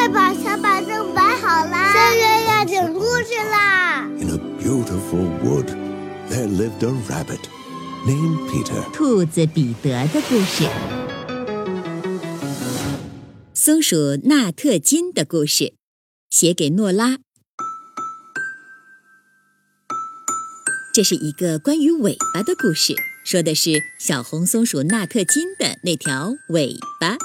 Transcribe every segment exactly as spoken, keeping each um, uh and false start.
快把小板凳摆好啦！现在要讲故事啦。 In a beautiful wood, there lived a rabbit named Peter. 兔子彼得的故事。松鼠纳特金的故事，写给诺拉。这是一个关于尾巴的故事，说的是小红松鼠纳特金的那条尾巴。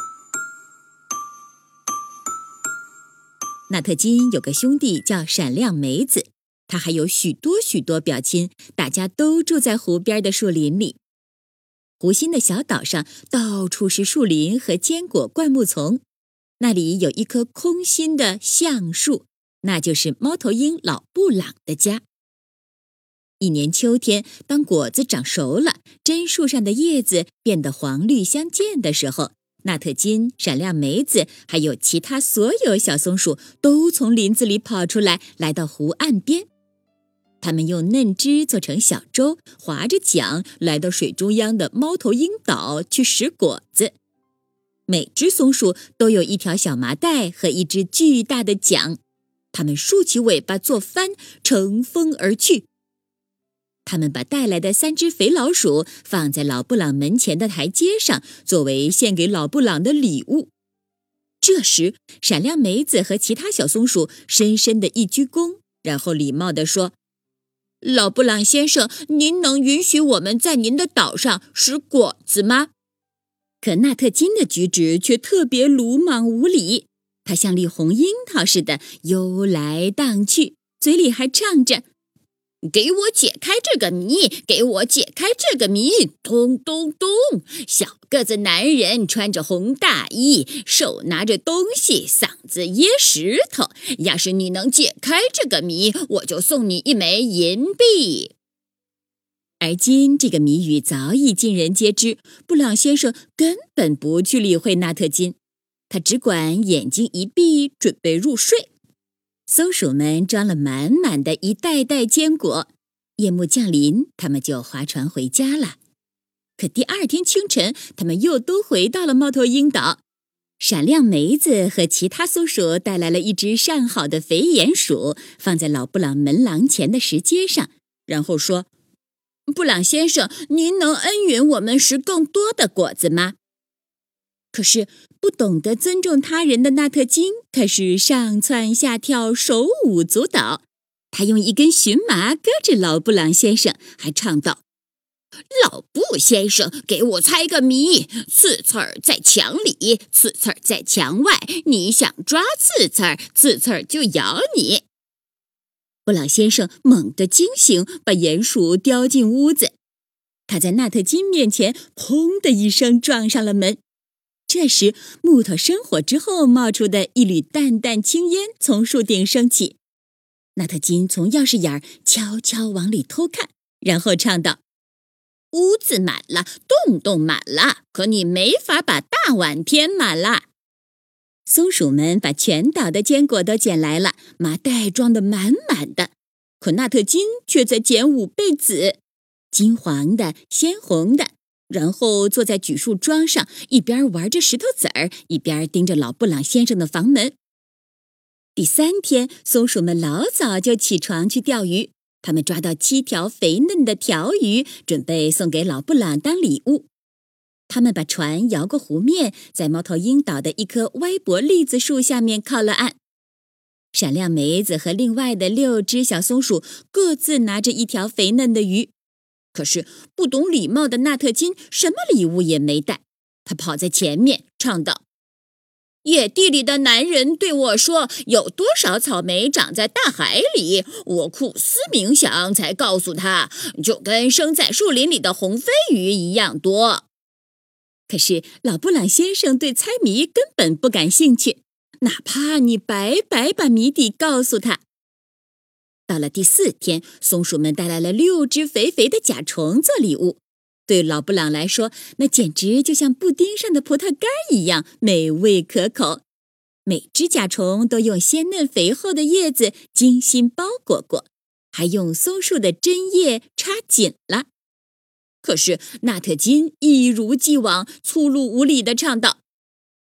纳特金有个兄弟叫闪亮梅子，他还有许多许多表亲，大家都住在湖边的树林里。湖心的小岛上到处是树林和坚果灌木丛，那里有一棵空心的橡树，那就是猫头鹰老布朗的家。一年秋天，当果子长熟了，针树上的叶子变得黄绿相间的时候，纳特金、闪亮梅子还有其他所有小松鼠都从林子里跑出来，来到湖岸边。他们用嫩枝做成小舟，划着桨来到水中央的猫头鹰岛去拾果子。每只松鼠都有一条小麻袋和一只巨大的桨，它们竖起尾巴做帆，乘风而去。他们把带来的三只肥老鼠放在老布朗门前的台阶上，作为献给老布朗的礼物。这时，闪亮梅子和其他小松鼠深深地一鞠躬，然后礼貌地说：“老布朗先生，您能允许我们在您的岛上拾果子吗？”可纳特金的举止却特别鲁莽无礼，他像粒红樱桃似的悠来荡去，嘴里还唱着：“给我解开这个谜，给我解开这个谜，咚咚咚！小个子男人穿着红大衣，手拿着东西，嗓子噎石头。要是你能解开这个谜，我就送你一枚银币。”而今这个谜语早已尽人皆知，布朗先生根本不去理会纳特金，他只管眼睛一闭，准备入睡。松鼠们装了满满的一袋袋坚果，夜幕降临，他们就划船回家了。可第二天清晨，他们又都回到了猫头鹰岛。闪亮梅子和其他松鼠带来了一只上好的肥鼹鼠，放在老布朗门廊前的石阶上，然后说：“布朗先生，您能恩允我们拾更多的果子吗？”可是不懂得尊重他人的纳特金开始上蹿下跳，手舞足蹈。他用一根荨麻搁着老布朗先生，还唱道：“老布先生，给我猜个谜，刺刺儿在墙里，刺刺儿在墙外，你想抓刺刺儿，刺刺儿就咬你。”布朗先生猛地惊醒，把鼹鼠叼进屋子。他在纳特金面前砰的一声撞上了门。这时，木头生火之后冒出的一缕淡淡青烟从树顶升起。纳特金从钥匙眼儿悄悄往里偷看，然后唱道：“屋子满了，洞洞满了，可你没法把大碗填满了。”松鼠们把全岛的坚果都捡来了，麻袋装得满满的。可纳特金却在捡五倍子，金黄的，鲜红的。然后坐在榉树桩上，一边玩着石头子儿，一边盯着老布朗先生的房门。第三天，松鼠们老早就起床去钓鱼，他们抓到七条肥嫩的条鱼，准备送给老布朗当礼物。他们把船摇过湖面，在猫头鹰岛的一棵歪脖栗子树下面靠了岸。闪亮梅子和另外的六只小松鼠各自拿着一条肥嫩的鱼。可是不懂礼貌的纳特金什么礼物也没带，他跑在前面唱道：“野地里的男人对我说，有多少草莓长在大海里，我苦思冥想才告诉他，就跟生在树林里的红飞鱼一样多。”可是老布朗先生对猜谜根本不感兴趣，哪怕你白白把谜底告诉他。到了第四天，松鼠们带来了六只肥肥的甲虫做礼物。对老布朗来说，那简直就像布丁上的葡萄干一样美味可口。每只甲虫都用鲜嫩肥厚的叶子精心包裹过，还用松树的针叶插紧了。可是纳特金一如既往粗鲁无礼地唱道：“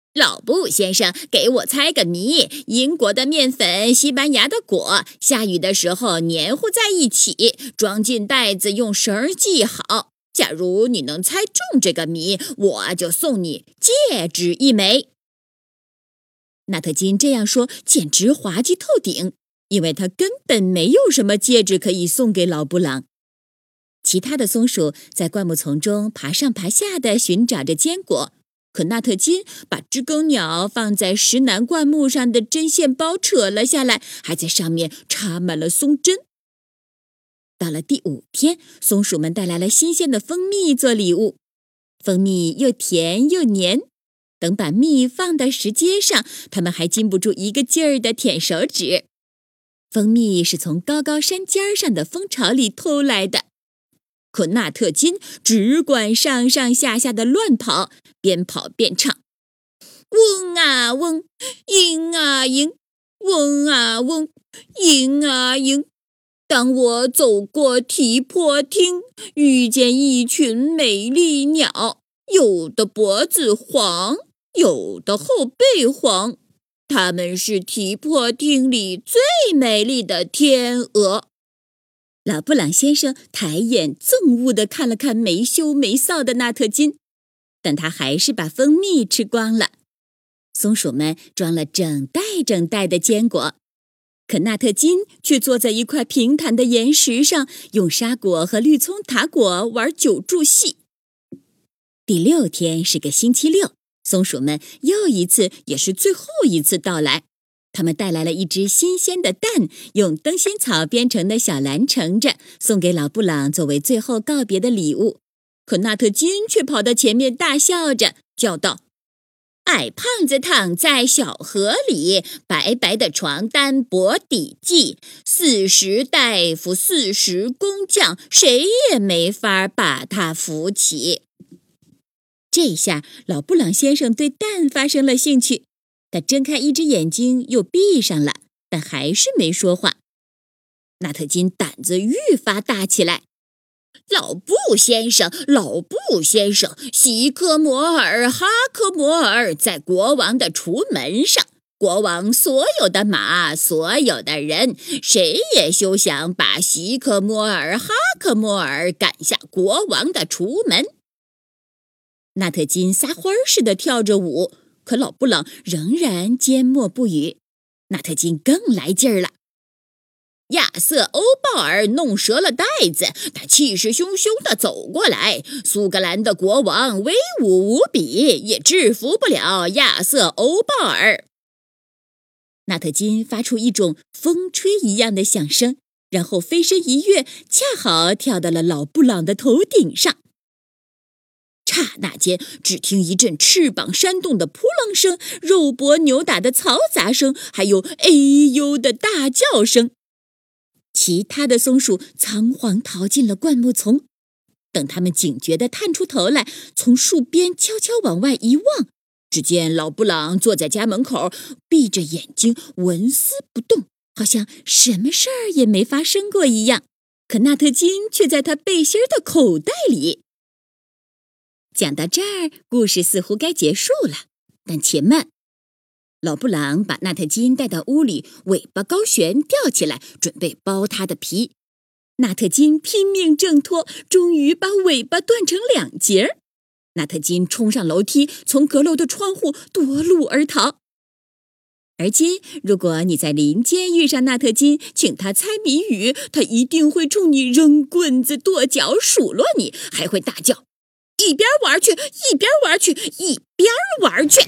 老布先生，给我猜个谜，英国的面粉，西班牙的果，下雨的时候黏糊在一起，装进袋子用绳系好。假如你能猜中这个谜，我就送你戒指一枚。纳特金这样说简直滑稽透顶，因为他根本没有什么戒指可以送给老布朗。其他的松鼠在灌木丛中爬上爬下地寻找着坚果，可纳特金把知更鸟放在石楠灌木上的针线包扯了下来，还在上面插满了松针。到了第五天，松鼠们带来了新鲜的蜂蜜做礼物，蜂蜜又甜又黏，等把蜜放到石阶上，它们还禁不住一个劲儿地舔手指。蜂蜜是从高高山尖上的蜂巢里偷来的，可纳特金只管上上下下的乱跑，边跑边唱：嗡啊嗡，嘤啊嘤，嗡啊嗡，嘤啊嘤。当我走过提坡汀，遇见一群美丽鸟，有的脖子黄，有的后背黄，它们是提坡汀里最美丽的天鹅。老布朗先生抬眼憎恶地看了看没羞没臊的纳特金，但他还是把蜂蜜吃光了。松鼠们装了整袋整袋的坚果，可纳特金却坐在一块平坦的岩石上，用沙果和绿葱塔果玩九柱戏。第六天是个星期六，松鼠们又一次也是最后一次到来。他们带来了一只新鲜的蛋，用灯芯草编成的小篮盛着，送给老布朗作为最后告别的礼物。可纳特金却跑到前面大笑着叫道：矮胖子躺在小河里，白白的床单薄底系，四十大夫四十工匠，谁也没法把他扶起。这下老布朗先生对蛋发生了兴趣，他睁开一只眼睛又闭上了，但还是没说话。纳特金胆子愈发大起来：老布先生，老布先生，西科摩尔、哈科摩尔在国王的厨门上，国王所有的马，所有的人，谁也休想把西科摩尔、哈科摩尔赶下国王的厨门。纳特金撒欢似的跳着舞，可老布朗仍然缄默不语。纳特金更来劲儿了。亚瑟·欧鲍尔弄折了袋子，他气势汹汹地走过来。苏格兰的国王威武无比，也制服不了亚瑟·欧鲍尔。纳特金发出一种风吹一样的响声，然后飞身一跃，恰好跳到了老布朗的头顶上。刹那间，只听一阵翅膀扇动的扑棱声，肉搏扭打的嘈杂声，还有哎呦的大叫声。其他的松鼠仓皇逃进了灌木丛，等他们警觉地探出头来，从树边悄悄往外一望，只见老布朗坐在家门口，闭着眼睛纹丝不动，好像什么事儿也没发生过一样。可纳特金却在他背心的口袋里。讲到这儿，故事似乎该结束了，但且慢。老布朗把纳特金带到屋里，尾巴高悬吊起来，准备剥他的皮。纳特金拼命挣脱，终于把尾巴断成两截。纳特金冲上楼梯，从阁楼的窗户夺路而逃。而今，如果你在林间遇上纳特金，请他猜谜语，他一定会冲你扔棍子、跺脚、数落你，还会大叫：一边玩去，一边玩去，一边玩去。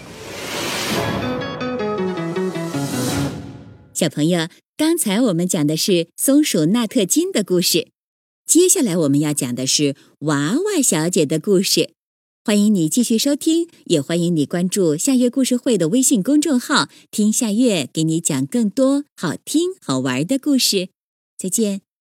小朋友，刚才我们讲的是松鼠纳特金的故事，接下来我们要讲的是娃娃小姐的故事。欢迎你继续收听，也欢迎你关注夏月故事会的微信公众号，听夏月给你讲更多好听好玩的故事。再见。